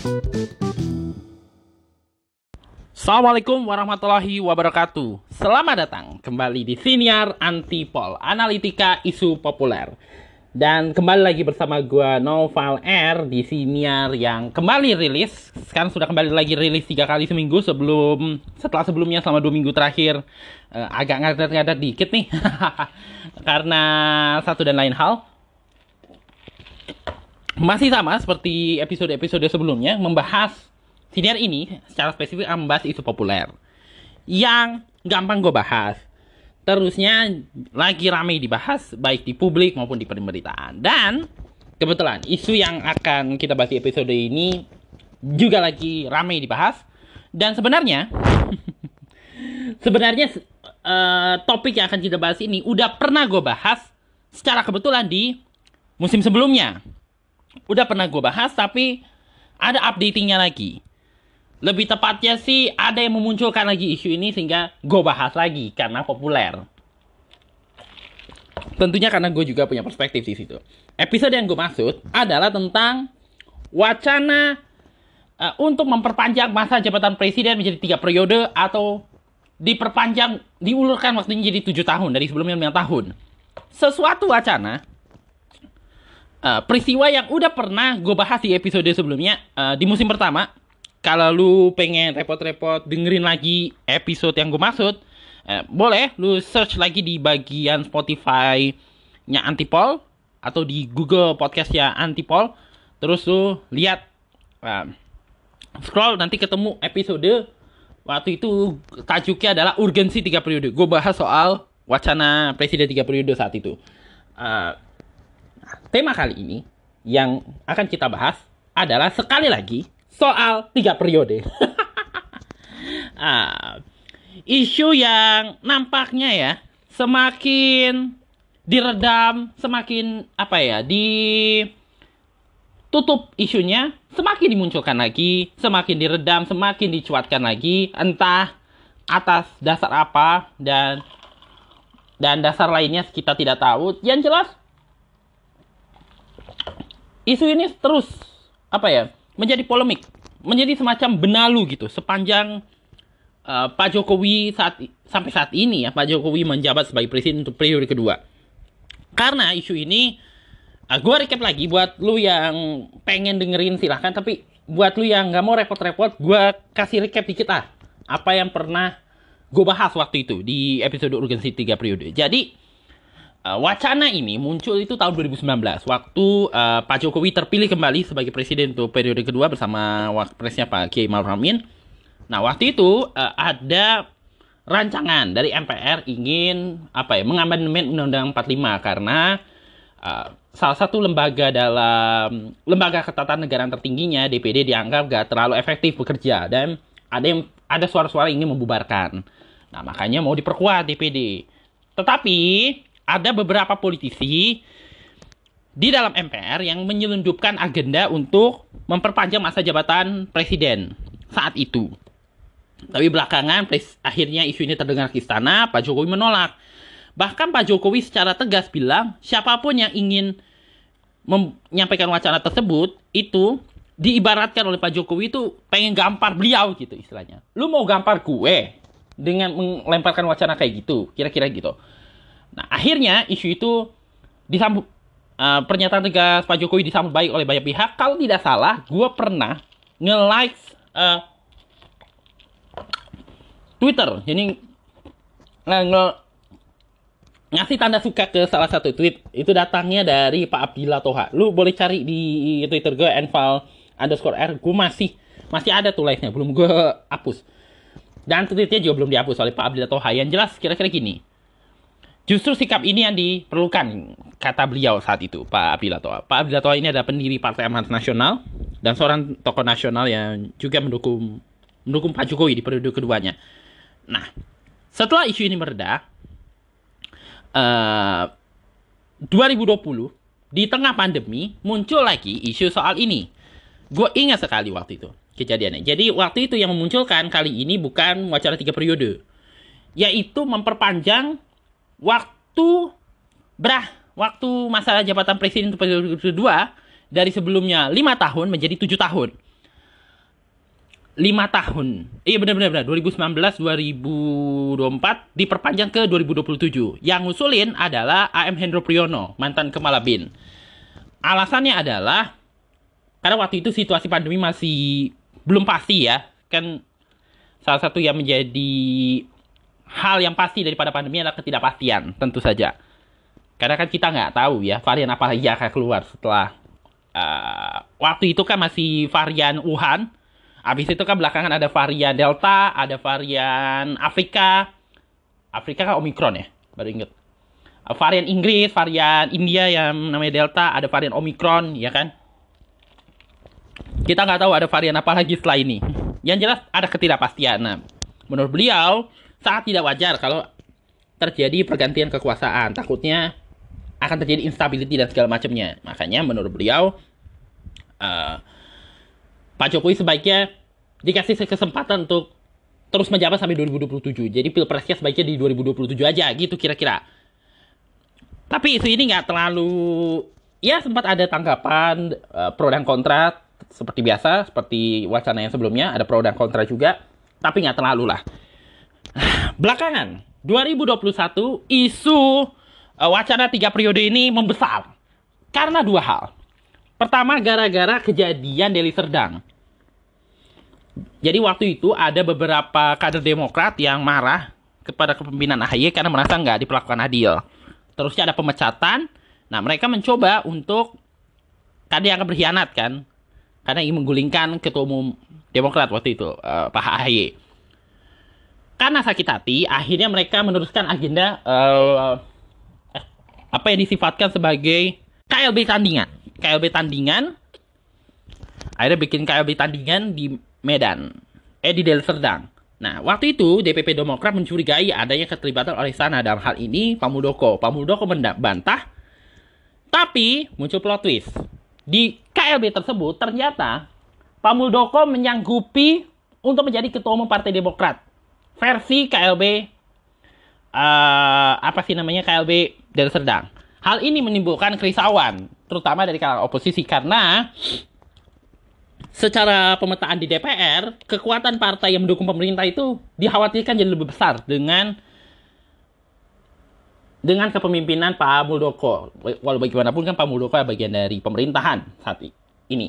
Assalamualaikum warahmatullahi wabarakatuh. Selamat datang kembali di Siniar Antipol, analitika isu populer. Dan kembali lagi bersama gue Noval R di Siniar yang kembali rilis. Sekarang sudah kembali lagi rilis 3 kali seminggu setelah sebelumnya selama 2 minggu terakhir agak ngadat-ngadat dikit nih. Karena satu dan lain hal. Masih sama seperti episode-episode sebelumnya, membahas Siniar ini secara spesifik membahas isu populer yang gampang gue bahas. Terusnya lagi ramai dibahas baik di publik maupun di pemberitaan. Dan kebetulan isu yang akan kita bahas di episode ini juga lagi ramai dibahas. Dan sebenarnya topik yang akan kita bahas ini udah pernah gue bahas secara kebetulan di musim sebelumnya. Udah pernah gue bahas tapi ada updatingnya lagi. Lebih tepatnya sih ada yang memunculkan lagi isu ini sehingga gue bahas lagi karena populer. Tentunya karena gue juga punya perspektif di situ. Episode yang gue maksud adalah tentang wacana untuk memperpanjang masa jabatan presiden menjadi 3 periode atau diulurkan waktunya jadi 7 tahun dari sebelumnya 5 tahun. Sesuatu wacana peristiwa yang udah pernah gue bahas di episode sebelumnya di musim pertama. Kalau lu pengen repot-repot dengerin lagi episode yang gue maksud, boleh lu search lagi di bagian Spotify-nya Antipol atau di Google Podcast-nya Antipol. Terus lu lihat, scroll nanti ketemu episode. Waktu itu tajuknya adalah urgensi 3 periode. Gue bahas soal wacana presiden 3 periode saat itu. Tema kali ini yang akan kita bahas adalah sekali lagi soal 3 periode. Isu yang nampaknya ya semakin diredam, semakin ditutup isunya, semakin dimunculkan lagi, semakin diredam, semakin dicuatkan lagi, entah atas dasar apa dan dasar lainnya kita tidak tahu. Yang jelas isu ini terus menjadi polemik, menjadi semacam benalu gitu sepanjang Pak Jokowi sampai saat ini ya, Pak Jokowi menjabat sebagai presiden untuk periode kedua. Karena isu ini, gue recap lagi buat lu yang pengen dengerin silahkan, tapi buat lu yang nggak mau repot-repot, gue kasih recap dikit apa yang pernah gue bahas waktu itu di episode urgensi 3 periode. Jadi wacana ini muncul itu tahun 2019 waktu Pak Jokowi terpilih kembali sebagai presiden untuk periode kedua bersama wapresnya Pak Kiai Ma'ruf Amin. Nah, waktu itu ada rancangan dari MPR ingin mengamandemen Undang-Undang 45 karena salah satu lembaga ketatanegaraan tertingginya DPD dianggap gak terlalu efektif bekerja dan ada suara-suara ingin membubarkan. Nah, makanya mau diperkuat DPD. Tetapi ada beberapa politisi di dalam MPR yang menyelundupkan agenda untuk memperpanjang masa jabatan presiden saat itu. Tapi belakangan akhirnya isu ini terdengar ke istana, Pak Jokowi menolak. Bahkan Pak Jokowi secara tegas bilang siapapun yang ingin menyampaikan wacana tersebut itu diibaratkan oleh Pak Jokowi itu pengen gampar beliau gitu istilahnya. Lu mau gampar gue dengan melemparkan wacana kayak gitu, kira-kira gitu. Nah, akhirnya isu itu disambut, pernyataan tegas Pak Jokowi disambut baik oleh banyak pihak. Kalau tidak salah, gue pernah nge-like Twitter. Jadi ngasih tanda suka ke salah satu tweet. Itu datangnya dari Pak Abdillah Toha. Lu boleh cari di Twitter gue, @enval_r. Gue masih ada tuh like-nya, belum gue hapus. Dan tweetnya juga belum dihapus oleh Pak Abdillah Toha. Yang jelas kira-kira gini. Justru sikap ini yang diperlukan, kata beliau saat itu, Pak Abdillah Toha. Pak Abdillah Toha ini adalah pendiri Partai Amanat Nasional dan seorang tokoh nasional yang juga mendukung Pak Jokowi di periode keduanya. Nah, setelah isu ini mereda, 2020 di tengah pandemi muncul lagi isu soal ini. Gue ingat sekali waktu itu kejadiannya. Jadi waktu itu yang memunculkan kali ini bukan wacana 3 periode, yaitu memperpanjang waktu masa jabatan presiden untuk periode kedua dari sebelumnya 5 tahun menjadi 7 tahun. 5 tahun. Iya benar-benar 2019 2024 diperpanjang ke 2027. Yang ngusulin adalah AM Hendro Priyono, mantan Kepala BIN. Alasannya adalah karena waktu itu situasi pandemi masih belum pasti ya. Kan salah satu yang menjadi hal yang pasti daripada pandemi adalah ketidakpastian, tentu saja. Karena kan kita nggak tahu ya varian apa lagi akan keluar setelah waktu itu kan masih varian Wuhan. Habis itu kan belakangan ada varian Delta, ada varian Afrika. Afrika kan Omicron ya, baru inget. Varian Inggris, varian India yang namanya Delta, ada varian Omicron, ya kan? Kita nggak tahu ada varian apa lagi setelah ini. Yang jelas ada ketidakpastian. Nah, menurut beliau sangat tidak wajar kalau terjadi pergantian kekuasaan. Takutnya akan terjadi instability dan segala macamnya. Makanya menurut beliau Pak Jokowi sebaiknya dikasih kesempatan untuk terus menjabat sampai 2027. Jadi pilpresnya sebaiknya di 2027 aja gitu kira-kira. Tapi isu ini nggak terlalu, ya sempat ada tanggapan pro dan kontra seperti biasa, seperti wacana yang sebelumnya ada pro dan kontra juga, tapi nggak terlalu lah. Belakangan 2021 isu wacana 3 periode ini membesar karena 2 hal. Pertama, gara-gara kejadian Deli Serdang. Jadi waktu itu ada beberapa kader Demokrat yang marah kepada kepemimpinan AHY karena merasa nggak diperlakukan adil. Terusnya ada pemecatan. Nah, mereka mencoba untuk karena dianggap berkhianat kan, karena ingin menggulingkan ketua umum Demokrat waktu itu, Pak AHY. Karena sakit hati, akhirnya mereka meneruskan agenda apa yang disifatkan sebagai KLB tandingan. KLB tandingan, akhirnya bikin KLB tandingan di Medan, di Deli Serdang. Nah, waktu itu DPP Demokrat mencurigai adanya keterlibatan oleh sana dalam hal ini Pak Muldoko. Pak Muldoko membantah, tapi muncul plot twist. Di KLB tersebut ternyata Pak Muldoko menyanggupi untuk menjadi ketua umum Partai Demokrat. Versi KLB KLB Deli Serdang. Hal ini menimbulkan kerisauan, terutama dari kalangan oposisi, karena secara pemetaan di DPR, kekuatan partai yang mendukung pemerintah itu dikhawatirkan jadi lebih besar dengan kepemimpinan Pak Muldoko. Walau bagaimanapun kan Pak Muldoko bagian dari pemerintahan saat ini.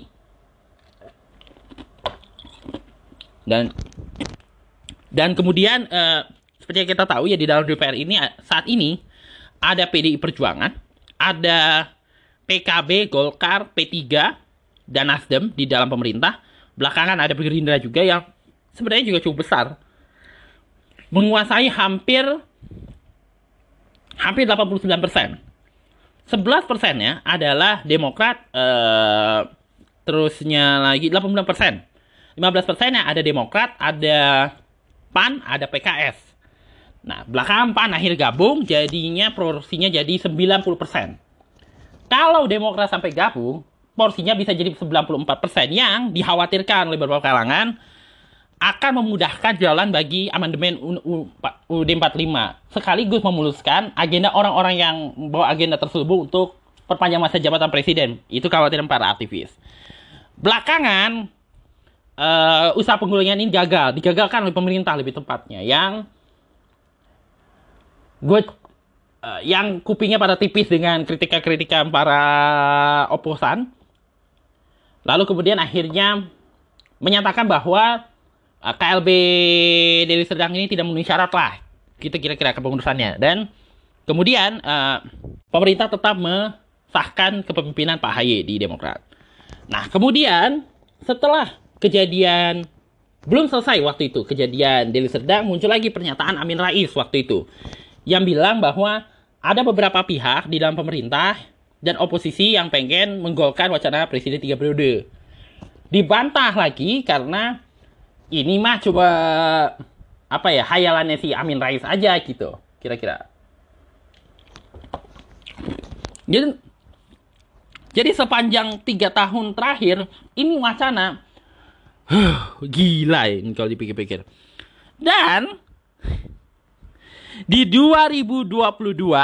Dan kemudian seperti yang kita tahu ya, di dalam DPR ini saat ini ada PDI Perjuangan, ada PKB, Golkar, P3, dan Nasdem di dalam pemerintah. Belakangan ada Gerindra juga yang sebenarnya juga cukup besar, menguasai hampir 89%. 11%-nya adalah Demokrat, terusnya lagi 89%. 15%-nya ada Demokrat, ada PAN, ada PKS. Nah, belakangan PAN akhir gabung, jadinya porsinya jadi 90%. Kalau Demokrat sampai gabung, porsinya bisa jadi 94%, yang dikhawatirkan oleh beberapa kalangan akan memudahkan jalan bagi amandemen UUD 45, sekaligus memuluskan agenda orang-orang yang bawa agenda tersebut untuk perpanjang masa jabatan presiden. Itu kekhawatiran para aktivis. Belakangan, usaha penggulingan ini digagalkan oleh pemerintah lebih tepatnya, yang kupingnya pada tipis dengan kritikan-kritikan para oposan. Lalu kemudian akhirnya menyatakan bahwa KLB Deli Serdang ini tidak memenuhi syarat lah, gitu kira-kira kepengurusannya. Dan kemudian pemerintah tetap mensahkan kepemimpinan Pak AHY di Demokrat. Nah, kemudian setelah kejadian belum selesai waktu itu, kejadian Deli Serdang, muncul lagi pernyataan Amin Rais waktu itu, yang bilang bahwa ada beberapa pihak di dalam pemerintah dan oposisi yang pengen menggolkan wacana presiden 3 periode. Dibantah lagi karena ini mah coba hayalannya si Amin Rais aja gitu, kira-kira. Jadi sepanjang 3 tahun terakhir ini wacana gila ini kalau dipikir-pikir. Dan di 2022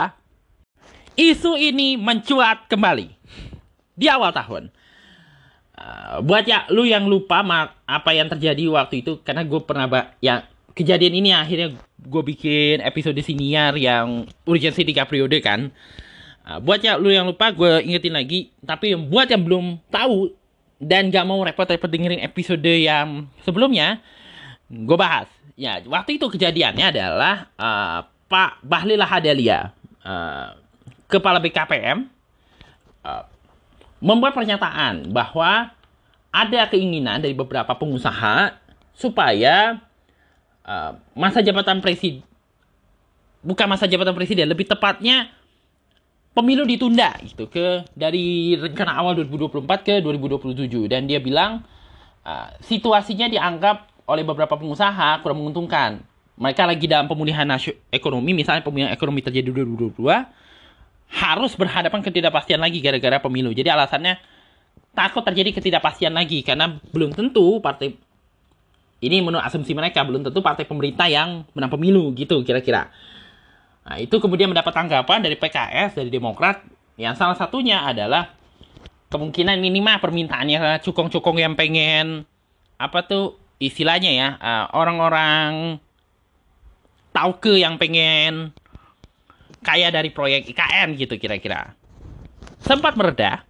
isu ini mencuat kembali di awal tahun. Buat ya lu yang lupa apa yang terjadi waktu itu, karena gue pernah ya kejadian ini akhirnya gue bikin episode siniar yang urgensi 3 periode kan. Buat ya lu yang lupa, gue ingetin lagi. Tapi buat yang belum tahu dan gak mau repot-repot dengerin episode yang sebelumnya, gue bahas. Ya, waktu itu kejadiannya adalah Pak Bahlil Lahadalia, Kepala BKPM, membuat pernyataan bahwa ada keinginan dari beberapa pengusaha supaya masa jabatan presiden, bukan masa jabatan presiden, lebih tepatnya pemilu ditunda gitu dari rencana awal 2024 ke 2027. Dan dia bilang situasinya dianggap oleh beberapa pengusaha kurang menguntungkan. Mereka lagi dalam pemulihan ekonomi, misalnya pemulihan ekonomi terjadi 2022, harus berhadapan ketidakpastian lagi gara-gara pemilu. Jadi alasannya takut terjadi ketidakpastian lagi karena belum tentu partai ini, menurut asumsi mereka, belum tentu partai pemerintah yang menang pemilu gitu kira-kira. Nah, itu kemudian mendapat tanggapan dari PKS, dari Demokrat, yang salah satunya adalah kemungkinan ini mah permintaannya cukong-cukong yang pengen apa tuh istilahnya ya, orang-orang tauke yang pengen kaya dari proyek IKN gitu kira-kira. Sempat mereda.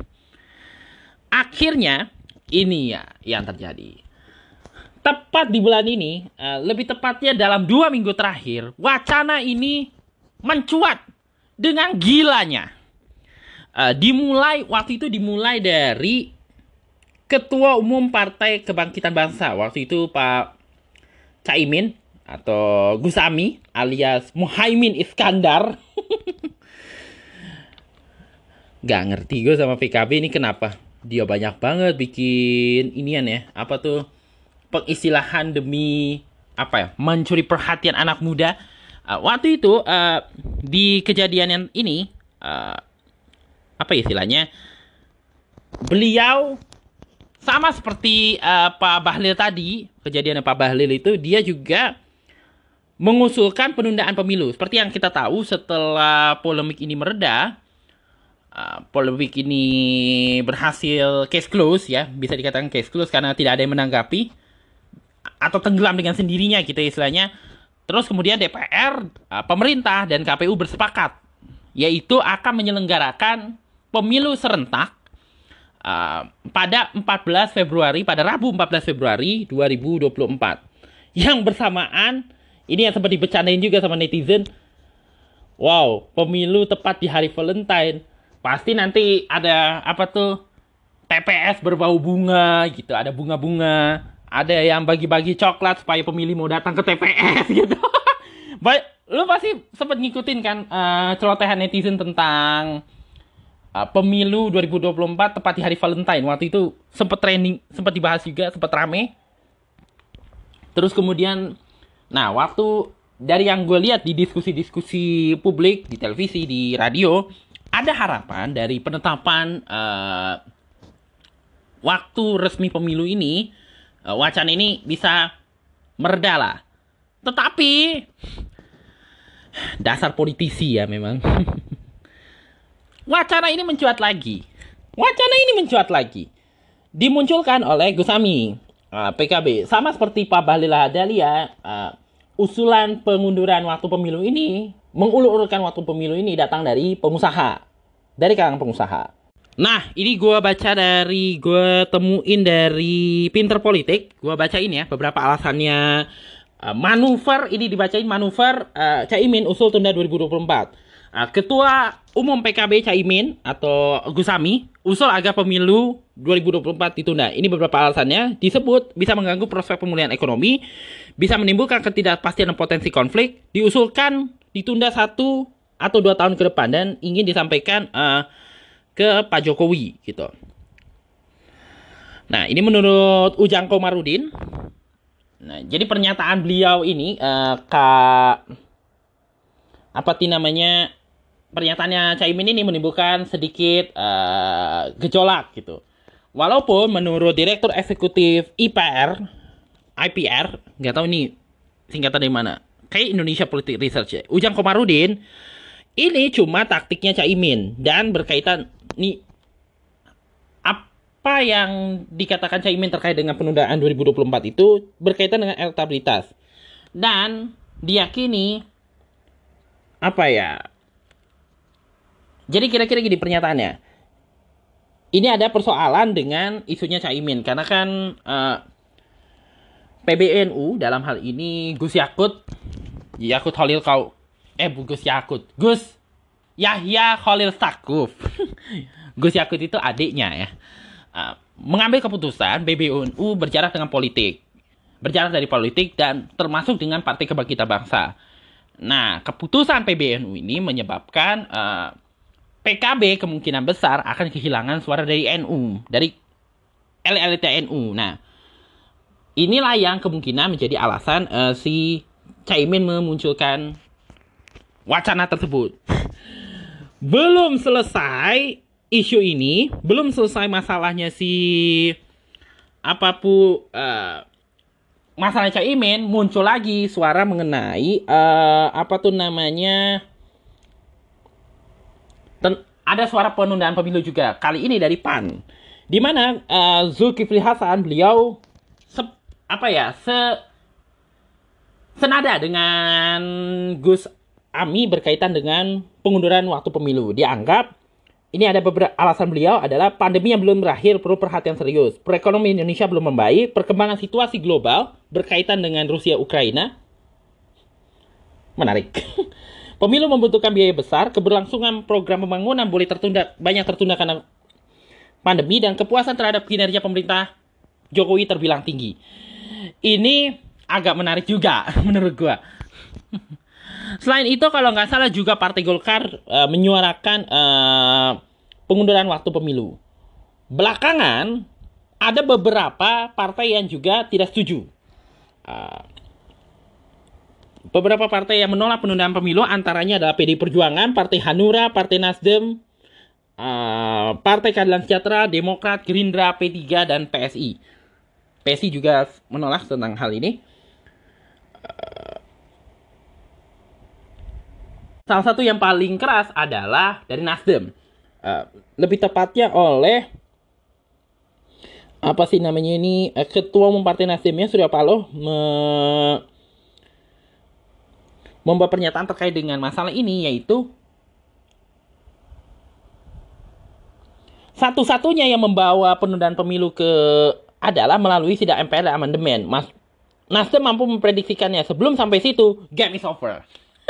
Akhirnya ini ya yang terjadi. Tepat di bulan ini, lebih tepatnya dalam 2 minggu terakhir, wacana ini mencuat dengan gilanya. Waktu itu dimulai dari Ketua Umum Partai Kebangkitan Bangsa, waktu itu Pak Caimin atau Gus Ami alias Muhaimin Iskandar. Gak ngerti gue sama PKB ini kenapa dia banyak banget bikin inian ya, apa tuh, pengistilahan demi apa ya, mencuri perhatian anak muda. Waktu itu di kejadian yang ini apa istilahnya, beliau sama seperti Pak Bahlil tadi, kejadian Pak Bahlil itu dia juga mengusulkan penundaan pemilu. Seperti yang kita tahu, setelah polemik ini mereda, polemik ini berhasil case close ya, bisa dikatakan case close karena tidak ada yang menanggapi atau tenggelam dengan sendirinya gitu istilahnya. Terus kemudian DPR, pemerintah dan KPU bersepakat yaitu akan menyelenggarakan pemilu serentak pada 14 Februari, pada Rabu 14 Februari 2024. Yang bersamaan, ini yang sempat dibecandain juga sama netizen. Wow, pemilu tepat di hari Valentine. Pasti nanti ada apa tuh, TPS berbau bunga gitu, ada bunga-bunga. Ada yang bagi-bagi coklat supaya pemilih mau datang ke TPS gitu. Lu pasti sempat ngikutin kan celotehan netizen tentang pemilu 2024 tepat di hari Valentine. Waktu itu sempat trending, sempat dibahas juga, sempat rame. Terus kemudian, nah waktu dari yang gue lihat di diskusi-diskusi publik, di televisi, di radio, ada harapan dari penetapan waktu resmi pemilu ini, wacana ini bisa mereda lah. Tetapi dasar politisi ya memang. Wacana ini mencuat lagi. Dimunculkan oleh Gus Ami, PKB. Sama seperti Pak Bahlil Lahadalia, usulan pengunduran waktu pemilu ini, mengulur-ulurkan waktu pemilu ini datang dari pengusaha. Dari kalangan pengusaha. Nah, ini gue temuin dari Pinter Politik. Gue bacain ya beberapa alasannya. Manuver, ini dibacain manuver Caimin usul tunda 2024. Ketua Umum PKB Caimin atau Gus Ami usul agar pemilu 2024 ditunda. Ini beberapa alasannya. Disebut bisa mengganggu prospek pemulihan ekonomi, bisa menimbulkan ketidakpastian dan potensi konflik, diusulkan ditunda 1 atau 2 tahun ke depan, dan ingin disampaikan ke Pak Jokowi gitu. Nah, ini menurut Ujang Komarudin. Nah, jadi pernyataan beliau ini pernyataannya Caimin ini menimbulkan sedikit gejolak gitu. Walaupun menurut Direktur Eksekutif IPR, nggak tahu ini singkatan dari mana, kayak Indonesia Politik Research ya, Ujang Komarudin, ini cuma taktiknya Caimin dan berkaitan nih apa yang dikatakan Caimin terkait dengan penundaan 2024 itu berkaitan dengan elektabilitas. Dan diyakini apa ya? Jadi kira-kira gini pernyataannya. Ini ada persoalan dengan isunya Caimin karena kan PBNU dalam hal ini Gus Yakut Khalil Gus Yahya Khalil Stakuf. Gus Yakut itu adiknya ya. Mengambil keputusan PBNU berjarak dengan politik. Berjarak dari politik dan termasuk dengan Partai Kebangkitan Bangsa. Nah, keputusan PBNU ini menyebabkan PKB kemungkinan besar akan kehilangan suara dari NU, dari elit NU. Nah, inilah yang kemungkinan menjadi alasan si Caimin memunculkan wacana tersebut. Belum selesai isu ini, belum selesai masalahnya si apapun masalah Caimin, muncul lagi suara mengenai ada suara penundaan pemilu juga. Kali ini dari PAN. Di mana Zulkifli Hasan beliau senada dengan Gus Ami berkaitan dengan pengunduran waktu pemilu. Dianggap ini ada beberapa alasan beliau adalah pandemi yang belum berakhir perlu perhatian serius. Perekonomian Indonesia belum membaik, perkembangan situasi global berkaitan dengan Rusia Ukraina. Menarik. Pemilu membutuhkan biaya besar, keberlangsungan program pembangunan banyak tertunda karena pandemi dan kepuasan terhadap kinerja pemerintah Jokowi terbilang tinggi. Ini agak menarik juga menurut gua. Selain itu kalau nggak salah juga Partai Golkar menyuarakan pengunduran waktu pemilu. Belakangan ada beberapa partai yang juga tidak setuju. Beberapa partai yang menolak penundaan pemilu antaranya adalah PDI Perjuangan, Partai Hanura, Partai Nasdem, Partai Keadilan Sejahtera, Demokrat, Gerindra, P3, dan PSI. PSI juga menolak tentang hal ini. Salah satu yang paling keras adalah dari Nasdem. Lebih tepatnya oleh Ketua Umum Partai Nasdemnya Surya Paloh membuat pernyataan terkait dengan masalah ini, yaitu satu-satunya yang membawa penundaan pemilu adalah melalui sidang MPR dan amandemen. Nasdem mampu memprediksikannya sebelum sampai situ, game is over.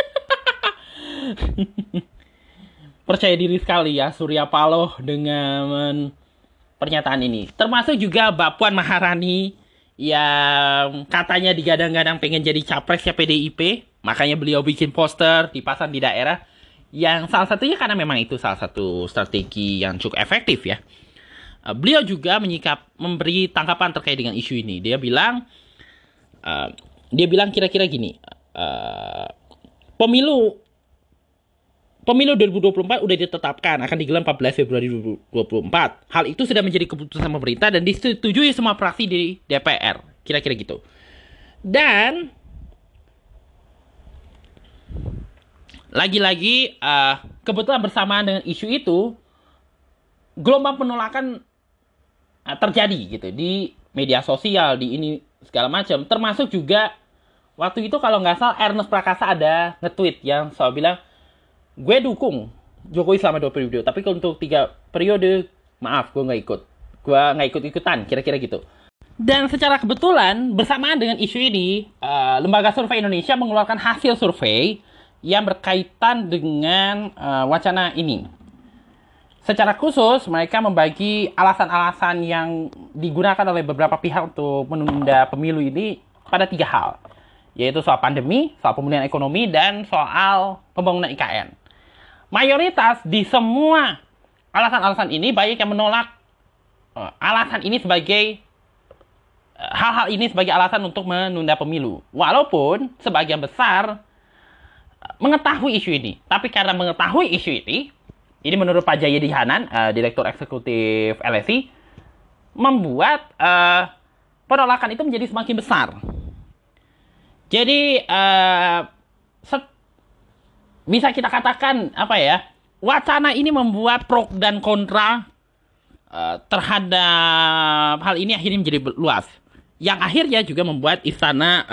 Percaya diri sekali ya Surya Paloh dengan pernyataan ini. Termasuk juga Mbak Puan Maharani yang katanya digadang-gadang pengen jadi capresnya PDIP. Makanya beliau bikin poster dipasang di daerah. Yang salah satunya karena memang itu salah satu strategi yang cukup efektif ya. Beliau juga memberi tanggapan terkait dengan isu ini. Dia bilang kira-kira gini. Pemilu 2024 udah ditetapkan akan digelar 14 Februari 2024. Hal itu sudah menjadi keputusan pemerintah dan disetujui semua fraksi di DPR. Kira-kira gitu. Dan lagi-lagi kebetulan bersamaan dengan isu itu, gelombang penolakan terjadi gitu di media sosial, di ini segala macam. Termasuk juga waktu itu kalau nggak salah Ernest Prakasa ada nge-tweet yang soal bilang, gue dukung Jokowi selama 2 periode, tapi untuk 3 periode, maaf, gue nggak ikut. Gue nggak ikut-ikutan, kira-kira gitu. Dan secara kebetulan, bersamaan dengan isu ini, Lembaga Survei Indonesia mengeluarkan hasil survei yang berkaitan dengan wacana ini. Secara khusus, mereka membagi alasan-alasan yang digunakan oleh beberapa pihak untuk menunda pemilu ini pada 3 hal. Yaitu soal pandemi, soal pemulihan ekonomi, dan soal pembangunan IKN. Mayoritas di semua alasan-alasan ini banyak yang menolak alasan ini sebagai hal-hal ini sebagai alasan untuk menunda pemilu. Walaupun sebagian besar mengetahui isu ini. Tapi karena mengetahui isu ini menurut Pak Jayadi Hanan, Direktur Eksekutif LSI, membuat penolakan itu menjadi semakin besar. Jadi bisa kita katakan wacana ini membuat pro dan kontra terhadap hal ini akhirnya menjadi luas. Yang akhirnya juga membuat istana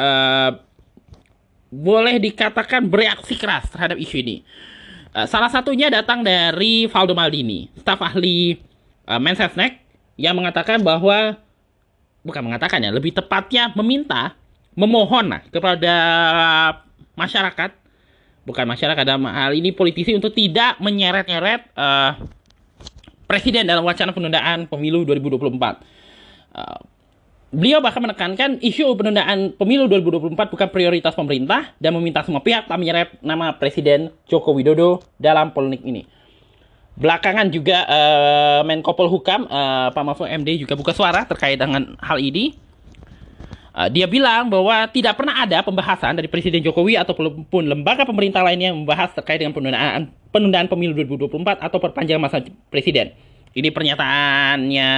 boleh dikatakan bereaksi keras terhadap isu ini. Salah satunya datang dari Valdo Maldini, staf ahli Mensesnek, yang mengatakan bahwa, bukan mengatakan ya, lebih tepatnya memohon kepada masyarakat, bukan masyarakat dalam hal ini politisi, untuk tidak menyeret-nyeret presiden dalam wacana penundaan pemilu 2024. Beliau bahkan menekankan isu penundaan pemilu 2024 bukan prioritas pemerintah dan meminta semua pihak tak menyeret nama Presiden Joko Widodo dalam polemik ini. Belakangan juga Menko Polhukam Pak Mahfud MD juga buka suara terkait dengan hal ini. Dia bilang bahwa tidak pernah ada pembahasan dari Presiden Jokowi ataupun lembaga pemerintah lainnya yang membahas terkait dengan penundaan pemilu 2024 atau perpanjangan masa presiden. Ini pernyataannya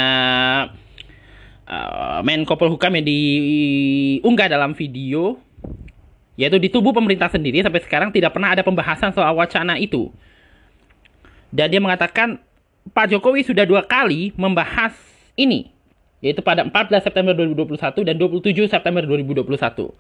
Menko Polhukam yang diunggah dalam video, yaitu di tubuh pemerintah sendiri sampai sekarang tidak pernah ada pembahasan soal wacana itu. Dan dia mengatakan Pak Jokowi sudah 2 kali membahas ini, yaitu pada 14 September 2021 dan 27 September 2021.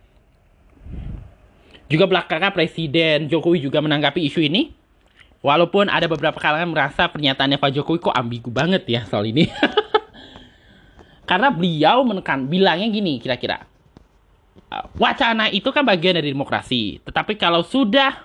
Juga belakangan Presiden Jokowi juga menanggapi isu ini, walaupun ada beberapa kalangan merasa pernyataannya Pak Jokowi kok ambigu banget ya soal ini. Karena beliau bilangnya gini kira-kira, wacana itu kan bagian dari demokrasi, tetapi kalau sudah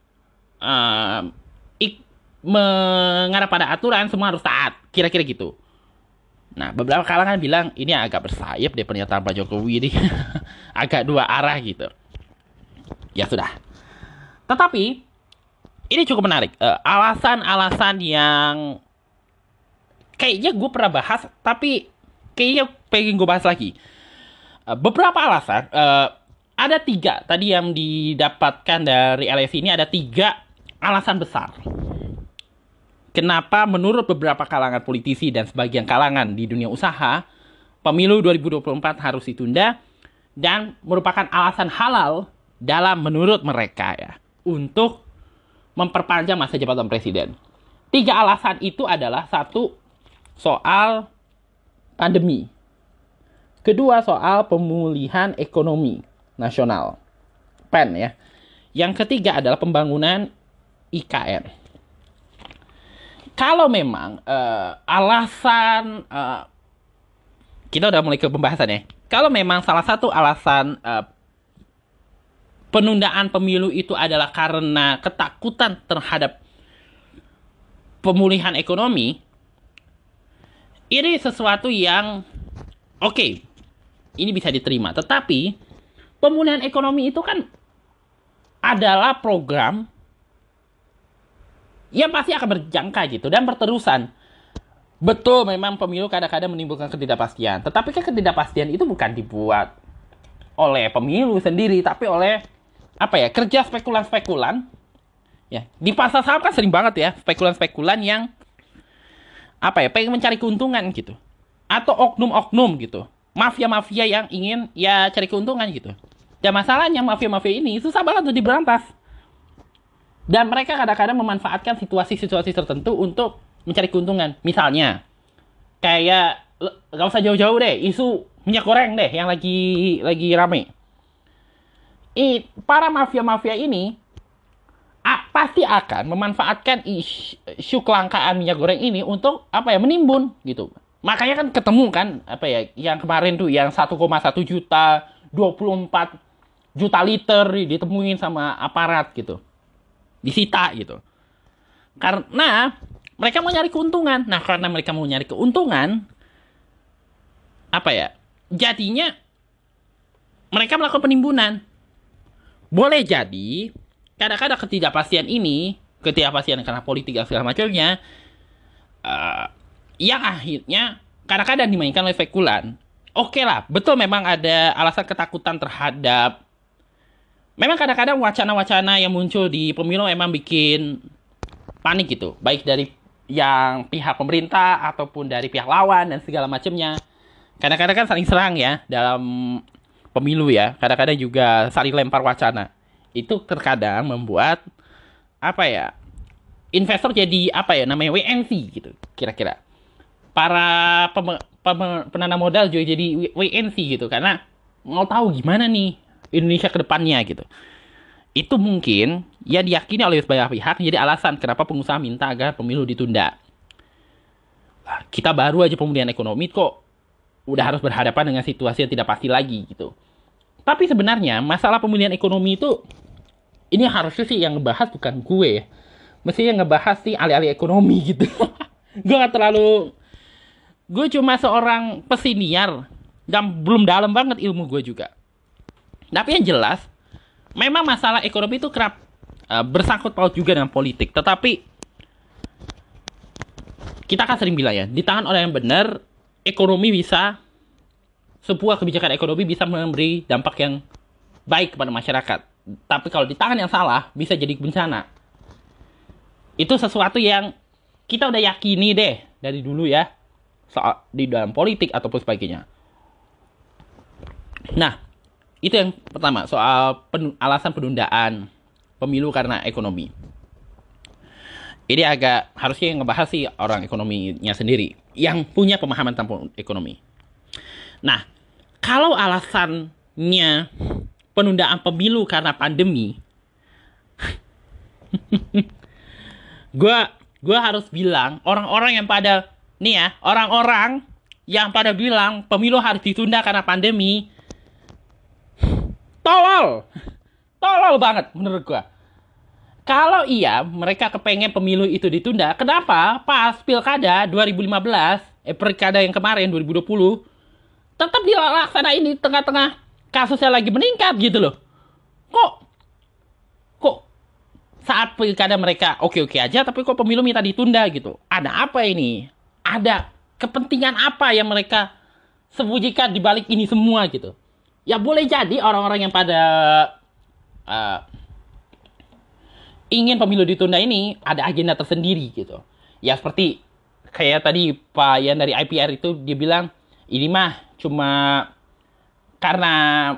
mengarah pada aturan, semua harus taat, kira-kira gitu. Nah, beberapa kalangan bilang ini agak bersayap deh pernyataan Pak Jokowi ini. Agak dua arah gitu. Ya sudah. Tetapi ini cukup menarik. Alasan-alasan yang kayaknya gue pernah bahas, tapi kayaknya pengen gue bahas lagi. Beberapa alasan. Ada 3 tadi yang didapatkan dari LSI ini, ada 3 alasan besar. Kenapa menurut beberapa kalangan politisi dan sebagian kalangan di dunia usaha, pemilu 2024 harus ditunda dan merupakan alasan halal dalam menurut mereka ya untuk memperpanjang masa jabatan presiden. 3 alasan itu adalah: 1, soal pandemi. Kedua, soal pemulihan ekonomi nasional. PEN ya. Yang ketiga adalah pembangunan IKN. Kalau memang alasan kita udah mulai ke pembahasan ya. Kalau memang salah satu alasan penundaan pemilu itu adalah karena ketakutan terhadap pemulihan ekonomi, ini sesuatu yang oke, ini bisa diterima. Tetapi pemulihan ekonomi itu kan adalah program yang pasti akan berjangka gitu dan berterusan. Betul, memang pemilu kadang-kadang menimbulkan ketidakpastian. Tetapi kan ketidakpastian itu bukan dibuat oleh pemilu sendiri, tapi oleh kerja spekulan-spekulan. Ya, di pasar saham kan sering banget ya spekulan-spekulan yang pengen mencari keuntungan gitu. Atau oknum-oknum gitu. Mafia-mafia yang ingin ya cari keuntungan gitu. Dan masalahnya mafia-mafia ini susah banget untuk diberantas. Dan mereka kadang-kadang memanfaatkan situasi-situasi tertentu untuk mencari keuntungan. Misalnya, kayak gak usah jauh-jauh deh, isu minyak goreng deh yang lagi rame. Para mafia-mafia ini pasti akan memanfaatkan isu kelangkaan minyak goreng ini untuk menimbun gitu. Makanya kan ketemu kan yang kemarin tuh yang 1,1 juta 24 juta liter ditemuin sama aparat gitu. Disita gitu. Karena mereka mau nyari keuntungan. Nah, karena mereka mau nyari keuntungan, jadinya mereka melakukan penimbunan. Boleh jadi kadang-kadang ketidakpastian karena politik dan segala macamnya, yang akhirnya kadang-kadang dimainkan oleh spekulan. Oke lah, betul memang ada alasan ketakutan terhadap. Memang kadang-kadang wacana-wacana yang muncul di pemilu memang bikin panik gitu, baik dari yang pihak pemerintah ataupun dari pihak lawan dan segala macamnya. Kadang-kadang kan saling serang ya dalam pemilu ya. Kadang-kadang juga saling lempar wacana. Itu terkadang membuat investor jadi wait and see gitu kira-kira. para penanam modal juga jadi wait and see gitu, karena mau tahu gimana nih Indonesia ke depannya gitu. Itu mungkin ya diyakini oleh banyak pihak jadi alasan kenapa pengusaha minta agar pemilu ditunda. Kita baru aja pemulihan ekonomi kok udah harus berhadapan dengan situasi yang tidak pasti lagi gitu. Tapi sebenarnya masalah pemulihan ekonomi itu, ini harusnya sih yang ngebahas bukan gue ya. Mestinya yang ngebahas sih ahli-ahli ekonomi gitu. Gue gak terlalu... Gue cuma seorang pesiniar dan belum dalam banget ilmu gue juga. Tapi yang jelas, memang masalah ekonomi itu kerap bersangkut paut juga dengan politik. Tetapi kita kan sering bilang ya, di tangan orang yang benar, ekonomi bisa... sebuah kebijakan ekonomi bisa memberi dampak yang baik kepada masyarakat. Tapi kalau di tangan yang salah, bisa jadi bencana. Itu sesuatu yang kita udah yakini deh dari dulu ya, soal di dalam politik ataupun sebagainya. Nah, itu yang pertama, soal alasan penundaan pemilu karena ekonomi. Ini agak harusnya yang ngebahas sih orang ekonominya sendiri, yang punya pemahaman tentang ekonomi. Nah, kalau alasannya penundaan pemilu karena pandemi, gue harus bilang orang-orang yang pada nih ya, orang-orang yang pada bilang pemilu harus ditunda karena pandemi, tolol banget menurut gue. Kalau iya mereka kepengen pemilu itu ditunda, kenapa pas pilkada 2015, pilkada yang kemarin 2020 tetap dilaksanain di tengah-tengah kasusnya lagi meningkat gitu loh. Kok saat pilkada mereka oke-oke aja, tapi kok pemilu minta ditunda gitu? Ada apa ini? Ada kepentingan apa yang mereka sembunyikan di balik ini semua gitu? Ya boleh jadi orang-orang yang pada ingin pemilu ditunda ini ada agenda tersendiri gitu. Ya seperti kayak tadi Pak Yan dari IPR itu dia bilang, ini mah cuma karena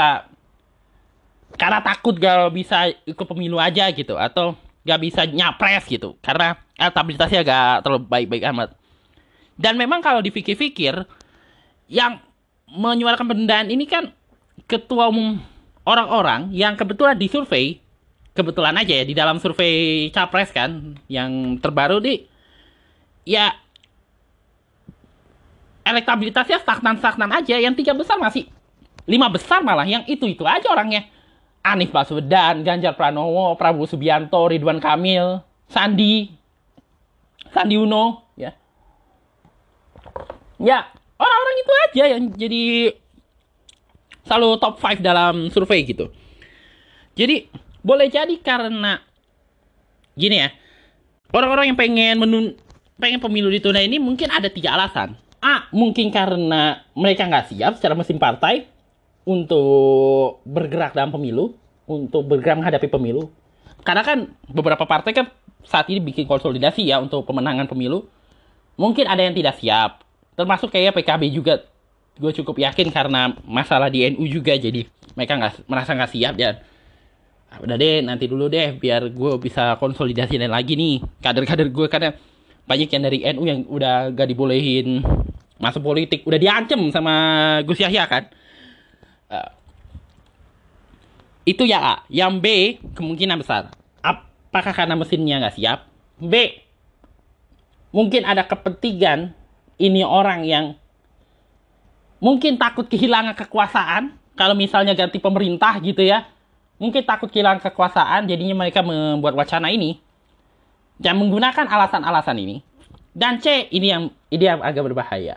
takut gak bisa ikut pemilu aja gitu, atau gak bisa nyapres gitu karena elektabilitasnya gak terlalu baik-baik amat. Dan memang kalau dipikir-pikir, yang menyuarakan penundaan ini kan ketua umum orang-orang yang kebetulan disurvei, kebetulan aja ya di dalam survei capres kan yang terbaru ya elektabilitasnya stagnan aja. Yang 3 besar masih 5 besar malah yang itu aja orangnya. Anies Baswedan, Ganjar Pranowo, Prabowo Subianto, Ridwan Kamil, Sandi Uno ya. Ya, orang-orang itu aja yang jadi selalu top 5 dalam survei gitu. Jadi boleh jadi karena gini ya, orang-orang yang pengen pemilu ditunda ini mungkin ada 3 alasan. Mungkin karena mereka nggak siap secara mesin partai untuk bergerak dalam pemilu, untuk bergerak menghadapi pemilu. Karena kan beberapa partai kan saat ini bikin konsolidasi ya untuk pemenangan pemilu. Mungkin ada yang tidak siap, termasuk kayak PKB juga. Gue cukup yakin karena masalah di NU juga, jadi mereka merasa nggak siap dan udah deh nanti dulu deh biar gue bisa konsolidasi lagi nih kader-kader gue, karena banyak yang dari NU yang udah gak dibolehin masuk politik, udah diancem sama Gus Yahya kan. Itu ya A. Yang B, kemungkinan besar, apakah karena mesinnya nggak siap? B, mungkin ada kepentingan ini orang yang mungkin takut kehilangan kekuasaan. Kalau misalnya ganti pemerintah gitu ya, mungkin takut kehilangan kekuasaan, jadinya mereka membuat wacana ini dan menggunakan alasan-alasan ini. Dan C, ini yang agak berbahaya.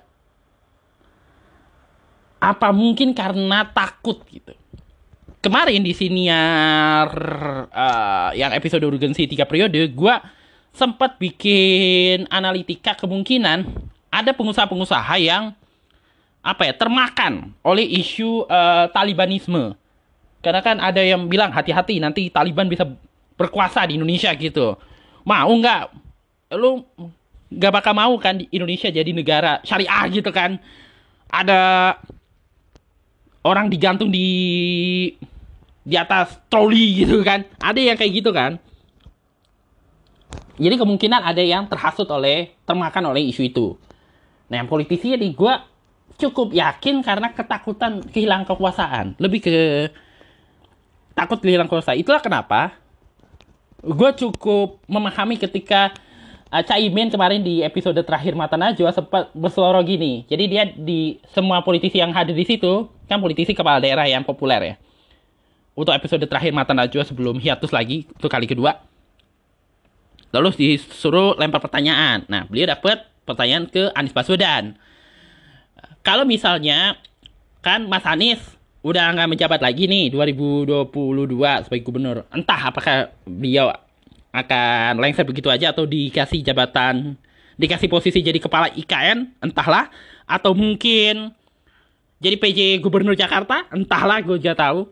Apa mungkin karena takut gitu? Kemarin di siniar yang episode urgensi 3 periode, gue sempat bikin analitika kemungkinan ada pengusaha-pengusaha yang termakan oleh isu Talibanisme. Karena kan ada yang bilang hati-hati nanti Taliban bisa berkuasa di Indonesia gitu. Mau nggak? Lu nggak bakal mau kan di Indonesia jadi negara syariah gitu kan? Ada orang digantung di atas troli gitu kan? Ada yang kayak gitu kan? Jadi kemungkinan ada yang termakan oleh isu itu. Nah, yang politisi ini gue cukup yakin karena ketakutan kehilangan kekuasaan. Lebih ke takut kehilangan kekuasaan. Itulah kenapa gue cukup memahami ketika Caimin kemarin di episode terakhir Mata Najwa sempat berseloroh gini. Jadi dia di semua politisi yang hadir di situ, kan politisi kepala daerah yang populer ya. Untuk episode terakhir Mata Najwa sebelum hiatus lagi, itu kali kedua. Lalu disuruh lempar pertanyaan. Nah, beliau dapat pertanyaan ke Anies Baswedan. Kalau misalnya kan Mas Anies udah nggak menjabat lagi nih 2022 sebagai gubernur. Entah apakah beliau akan lengser begitu aja atau dikasih jabatan, dikasih posisi jadi kepala IKN, entahlah. Atau mungkin jadi PJ Gubernur Jakarta, entahlah, gue gak tahu.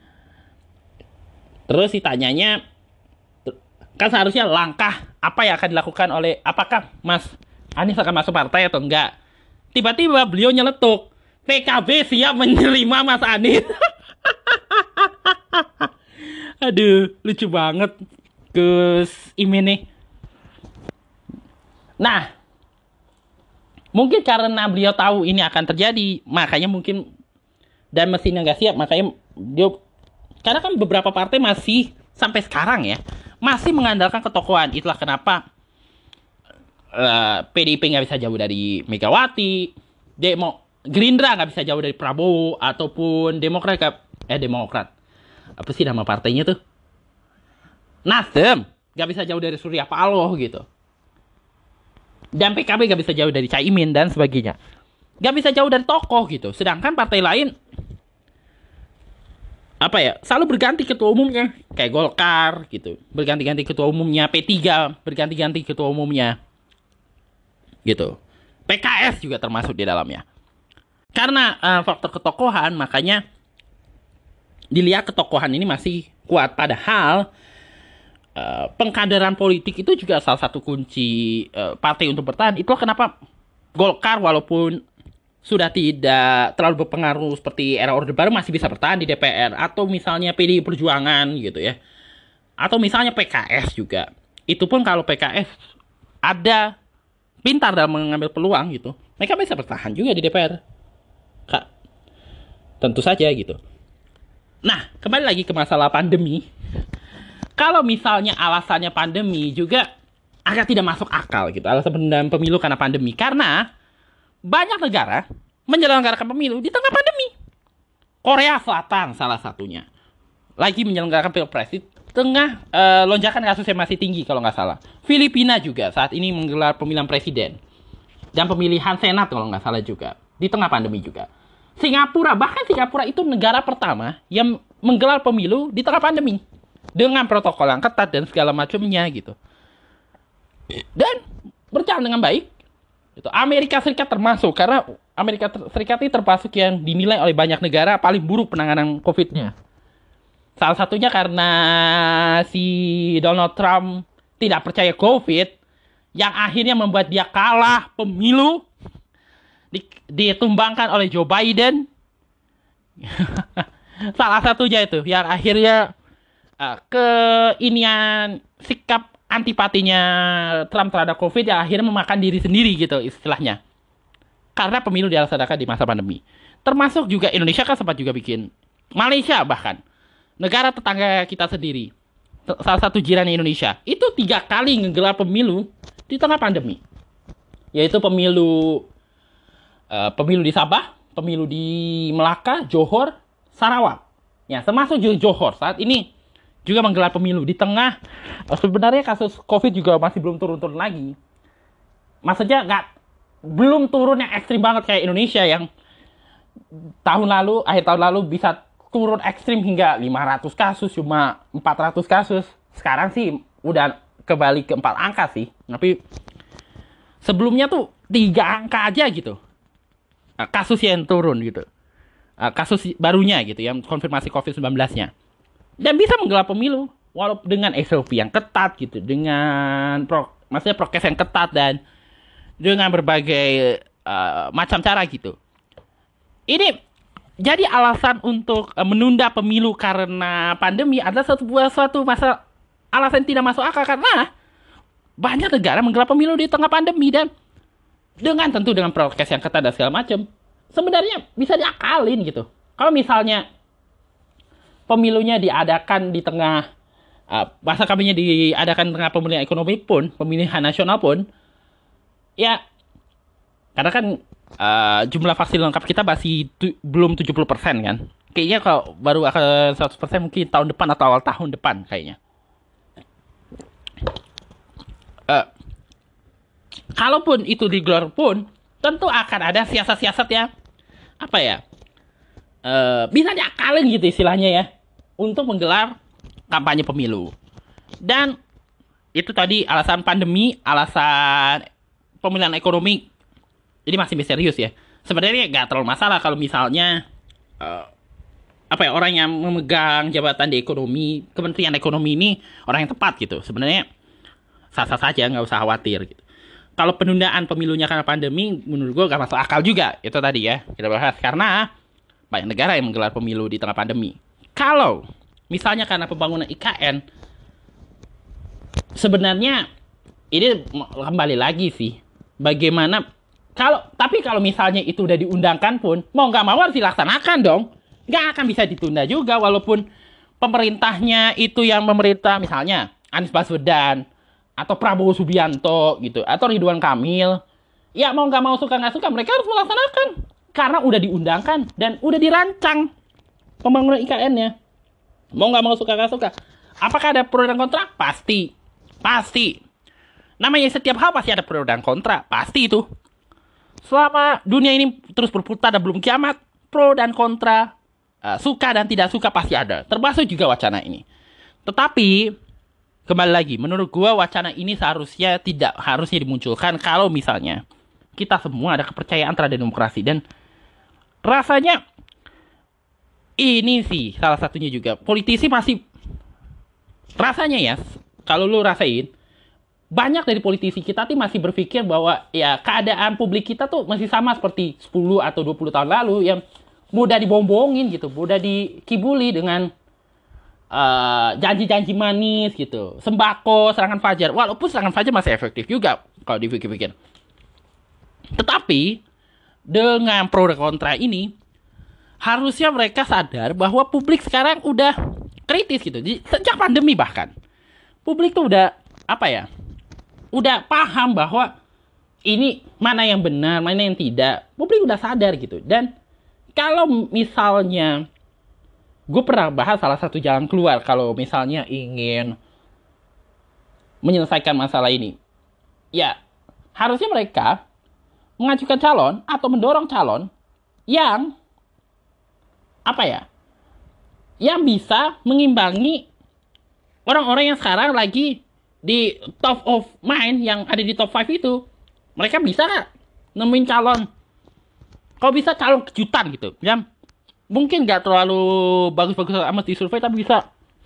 Terus ditanyanya, kan seharusnya langkah apa yang akan dilakukan oleh, apakah Mas Anies akan masuk partai atau enggak. Tiba-tiba beliau nyeletuk, PKB siap menerima Mas Anies. Aduh, lucu banget Gus Imin nih. Nah, mungkin karena beliau tahu ini akan terjadi, makanya mungkin, dan mesinnya nggak siap, makanya dia, karena kan beberapa partai masih sampai sekarang ya, masih mengandalkan ketokohan. Itulah kenapa PDIP nggak bisa jauh dari Megawati, Gerindra nggak bisa jauh dari Prabowo, ataupun Demokrat, apa sih nama partainya tuh? Nasdem nggak bisa jauh dari Surya Paloh gitu. Dan PKB nggak bisa jauh dari Caimin dan sebagainya. Nggak bisa jauh dari tokoh gitu. Sedangkan partai lain apa ya, selalu berganti ketua umumnya. Kayak Golkar gitu, berganti-ganti ketua umumnya. P3 berganti-ganti ketua umumnya gitu. PKS juga termasuk di dalamnya. Karena faktor ketokohan, makanya dilihat ketokohan ini masih kuat. Padahal pengkaderan politik itu juga salah satu kunci partai untuk bertahan. Itulah kenapa Golkar walaupun sudah tidak terlalu berpengaruh seperti era Orde Baru masih bisa bertahan di DPR. Atau misalnya PDI Perjuangan gitu ya. Atau misalnya PKS juga. Itu pun kalau PKS ada pintar dalam mengambil peluang gitu, mereka bisa bertahan juga di DPR. Kak, tentu saja gitu. Nah, kembali lagi ke masalah pandemi. Kalau misalnya alasannya pandemi juga agak tidak masuk akal gitu. Alasan penundaan pemilu karena pandemi. Karena banyak negara menyelenggarakan pemilu di tengah pandemi. Korea Selatan salah satunya. Lagi menyelenggarakan pilpres di tengah lonjakan kasus yang masih tinggi kalau nggak salah. Filipina juga saat ini menggelar pemilihan presiden. Dan pemilihan senat kalau nggak salah juga. Di tengah pandemi juga. Singapura, bahkan Singapura itu negara pertama yang menggelar pemilu di tengah pandemi. Dengan protokol yang ketat dan segala macamnya gitu. Dan berjalan dengan baik. Gitu. Amerika Serikat termasuk, karena Amerika Serikat ini termasuk yang dinilai oleh banyak negara paling buruk penanganan COVID-nya. Salah satunya karena si Donald Trump tidak percaya COVID, yang akhirnya membuat dia kalah pemilu, ditumbangkan oleh Joe Biden. Salah satunya itu, yang akhirnya keinian sikap antipatinya Trump terhadap COVID yang akhirnya memakan diri sendiri gitu istilahnya. Karena pemilu dilaksanakan di masa pandemi. Termasuk juga Indonesia kan sempat juga bikin. Malaysia bahkan. Negara tetangga kita sendiri. Salah satu jiran Indonesia. Itu 3 kali ngegelar pemilu di tengah pandemi. Yaitu pemilu di Sabah, pemilu di Melaka, Johor, Sarawak. Ya, termasuk juga Johor saat ini juga menggelar pemilu di tengah sebenarnya kasus COVID juga masih belum turun-turun lagi. Maksudnya belum turun yang ekstrim banget kayak Indonesia yang akhir tahun lalu bisa turun ekstrim hingga 500 kasus, cuma 400 kasus. Sekarang sih udah kembali ke 4 angka sih. Tapi sebelumnya tuh 3 angka aja gitu. Kasus yang turun gitu. Kasus barunya gitu yang konfirmasi COVID-19-nya. Dan bisa menggelar pemilu walaupun dengan SOP yang ketat gitu, dengan maksudnya prokes yang ketat dan dengan berbagai macam cara gitu. Ini jadi alasan untuk menunda pemilu karena pandemi adalah suatu masalah, alasan tidak masuk akal karena banyak negara menggelar pemilu di tengah pandemi dan dengan tentu dengan prokes yang ketat dan segala macam, sebenarnya bisa diakalin gitu. Kalau misalnya pemilunya diadakan di tengah masa kampanye diadakan di tengah pemulihan ekonomi pun, pemilihan nasional pun, ya karena kan jumlah vaksin lengkap kita masih belum 70% kan. Kayaknya kalau baru akan 100% mungkin tahun depan atau awal tahun depan kayaknya. Kalaupun itu digelar pun, tentu akan ada siasat-siasat yang apa ya, bisa diakalin gitu istilahnya ya, untuk menggelar kampanye pemilu. Dan itu tadi alasan pandemi, alasan pemilihan ekonomi, ini masih misterius ya. Sebenarnya nggak terlalu masalah kalau misalnya apa ya, orang yang memegang jabatan di ekonomi, Kementerian Ekonomi ini orang yang tepat gitu. Sebenarnya sah-sah saja, nggak usah khawatir gitu. Kalau penundaan pemilunya karena pandemi, menurut gue gak masuk akal juga. Itu tadi ya, kita bahas. Karena banyak negara yang menggelar pemilu di tengah pandemi. Kalau misalnya karena pembangunan IKN, sebenarnya ini kembali lagi sih. Bagaimana, tapi kalau misalnya itu udah diundangkan pun, mau gak mau harus dilaksanakan dong. Gak akan bisa ditunda juga, walaupun pemerintahnya itu yang memerintah, misalnya Anies Baswedan, atau Prabowo Subianto gitu, atau Ridwan Kamil, ya mau nggak mau, suka nggak suka, mereka harus melaksanakan karena udah diundangkan dan udah dirancang pembangunan IKN-nya. Mau nggak mau, suka nggak suka. Apakah ada pro dan kontra? Pasti. Namanya setiap hal pasti ada pro dan kontra, pasti itu. Selama dunia ini terus berputar dan belum kiamat, pro dan kontra, suka dan tidak suka pasti ada. Termasuk juga wacana ini. Tetapi kembali lagi, menurut gua wacana ini tidak harusnya dimunculkan kalau misalnya kita semua ada kepercayaan terhadap demokrasi. Dan rasanya ini sih salah satunya juga, politisi masih, rasanya ya, kalau lu rasain, banyak dari politisi kita tuh masih berpikir bahwa ya keadaan publik kita tuh masih sama seperti 10 atau 20 tahun lalu, yang mudah dibombongin gitu, mudah dikibuli dengan janji-janji manis gitu, sembako, serangan fajar. Walaupun serangan fajar masih efektif juga kalau dipikir-pikir. Tetapi dengan pro dan kontra ini, harusnya mereka sadar bahwa publik sekarang udah kritis gitu. Sejak pandemi bahkan, publik tuh udah apa ya, udah paham bahwa ini mana yang benar, mana yang tidak. Publik udah sadar gitu. Dan kalau misalnya, gue pernah bahas salah satu jalan keluar kalau misalnya ingin menyelesaikan masalah ini. Ya, harusnya mereka mengajukan calon atau mendorong calon yang apa ya, yang bisa mengimbangi orang-orang yang sekarang lagi di top of mind, yang ada di top 5 itu. Mereka bisa gak nemuin calon, kalau bisa calon kejutan gitu, ya mungkin gak terlalu bagus-bagus amat di survei, tapi bisa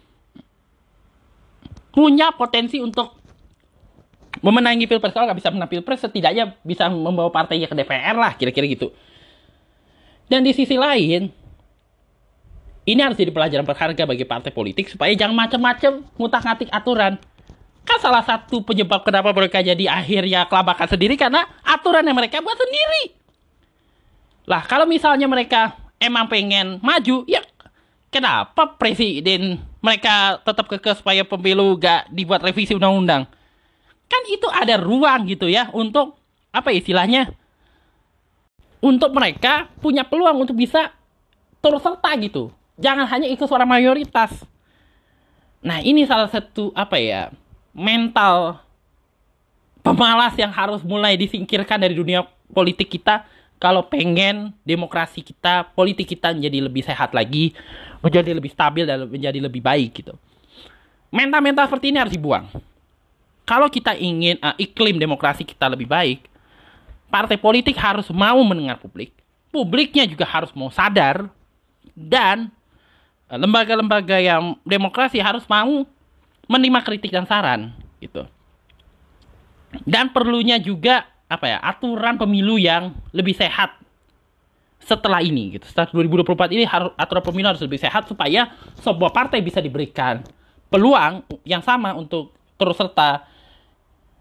punya potensi untuk memenangi pilpres. Kalau gak bisa menang pilpres, setidaknya bisa membawa partainya ke DPR lah, kira-kira gitu. Dan di sisi lain, ini harus jadi pelajaran berharga bagi partai politik supaya jangan macam-macam ngutak-ngatik aturan. Kan salah satu penyebab kenapa mereka jadi akhirnya kelabakan sendiri karena aturan yang mereka buat sendiri. Lah, kalau misalnya mereka emang pengen maju, ya kenapa presiden mereka tetap kekeh supaya pemilu gak dibuat revisi undang-undang? Kan itu ada ruang gitu ya untuk apa istilahnya, untuk mereka punya peluang untuk bisa turut serta gitu. Jangan hanya ikut suara mayoritas. Nah, ini salah satu apa ya, mental pemalas yang harus mulai disingkirkan dari dunia politik kita kalau pengen demokrasi kita, politik kita menjadi lebih sehat lagi, menjadi lebih stabil dan menjadi lebih baik gitu. Mental-mental seperti ini harus dibuang. Kalau kita ingin iklim demokrasi kita lebih baik, partai politik harus mau mendengar publik. Publiknya juga harus mau sadar, dan lembaga-lembaga yang demokrasi harus mau menerima kritik dan saran gitu. Dan perlunya juga apa ya, aturan pemilu yang lebih sehat setelah ini gitu. Setelah 2024 ini aturan pemilu harus lebih sehat supaya sebuah partai bisa diberikan peluang yang sama untuk terus serta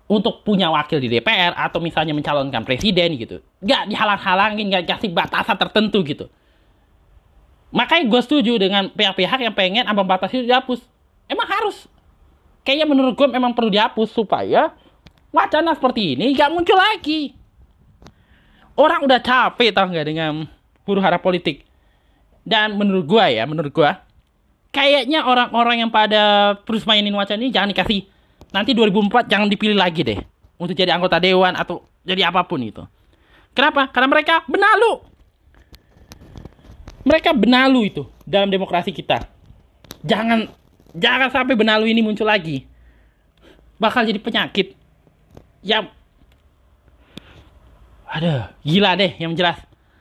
untuk punya wakil di DPR atau misalnya mencalonkan presiden gitu. Nggak dihalang-halangin, nggak kasih batasan tertentu gitu. Makanya gue setuju dengan pihak-pihak yang pengen ambang batas itu dihapus. Emang harus. Kayaknya menurut gue memang perlu dihapus supaya wacana seperti ini nggak muncul lagi. Orang udah capek tau nggak dengan huru hara politik. Dan menurut gue kayaknya orang-orang yang pada terus mainin wacana ini jangan dikasih. Nanti 2004 jangan dipilih lagi deh untuk jadi anggota dewan atau jadi apapun itu. Kenapa? Karena mereka benalu. Mereka benalu itu dalam demokrasi kita. Jangan sampai benalu ini muncul lagi. Bakal jadi penyakit. Ya, aduh, gila deh yang jelas.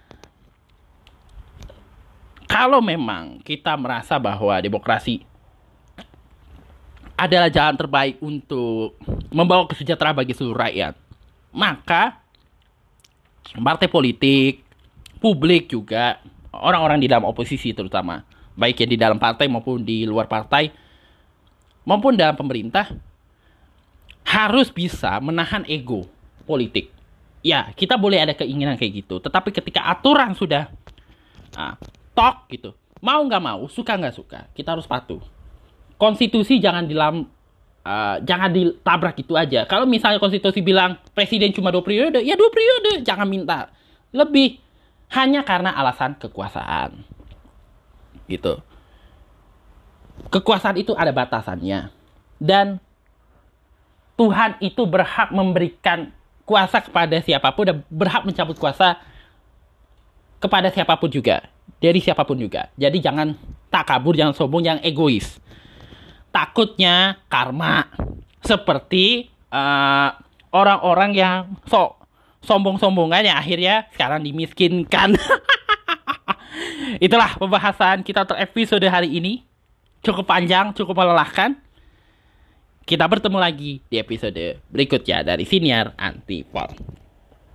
Kalau memang kita merasa bahwa demokrasi adalah jalan terbaik untuk membawa kesejahteraan bagi seluruh rakyat, maka partai politik, publik juga, orang-orang di dalam oposisi terutama, baik yang di dalam partai maupun di luar partai, maupun dalam pemerintah, harus bisa menahan ego politik. Ya, kita boleh ada keinginan kayak gitu, tetapi ketika aturan sudah tok gitu, mau nggak mau, suka nggak suka, kita harus patuh. Konstitusi jangan ditabrak gitu aja. Kalau misalnya konstitusi bilang presiden cuma 2 periode, ya 2 periode. Jangan minta lebih hanya karena alasan kekuasaan. Gitu. Kekuasaan itu ada batasannya. Dan Tuhan itu berhak memberikan kuasa kepada siapapun dan berhak mencabut kuasa kepada siapapun juga. Dari siapapun juga. Jadi jangan takabur, jangan sombong, jangan egois. Takutnya karma seperti orang-orang yang sombong-sombongan yang akhirnya sekarang dimiskinkan. Itulah pembahasan kita untuk episode hari ini. Cukup panjang, cukup melelahkan. Kita bertemu lagi di episode berikutnya dari Siniar Antipol.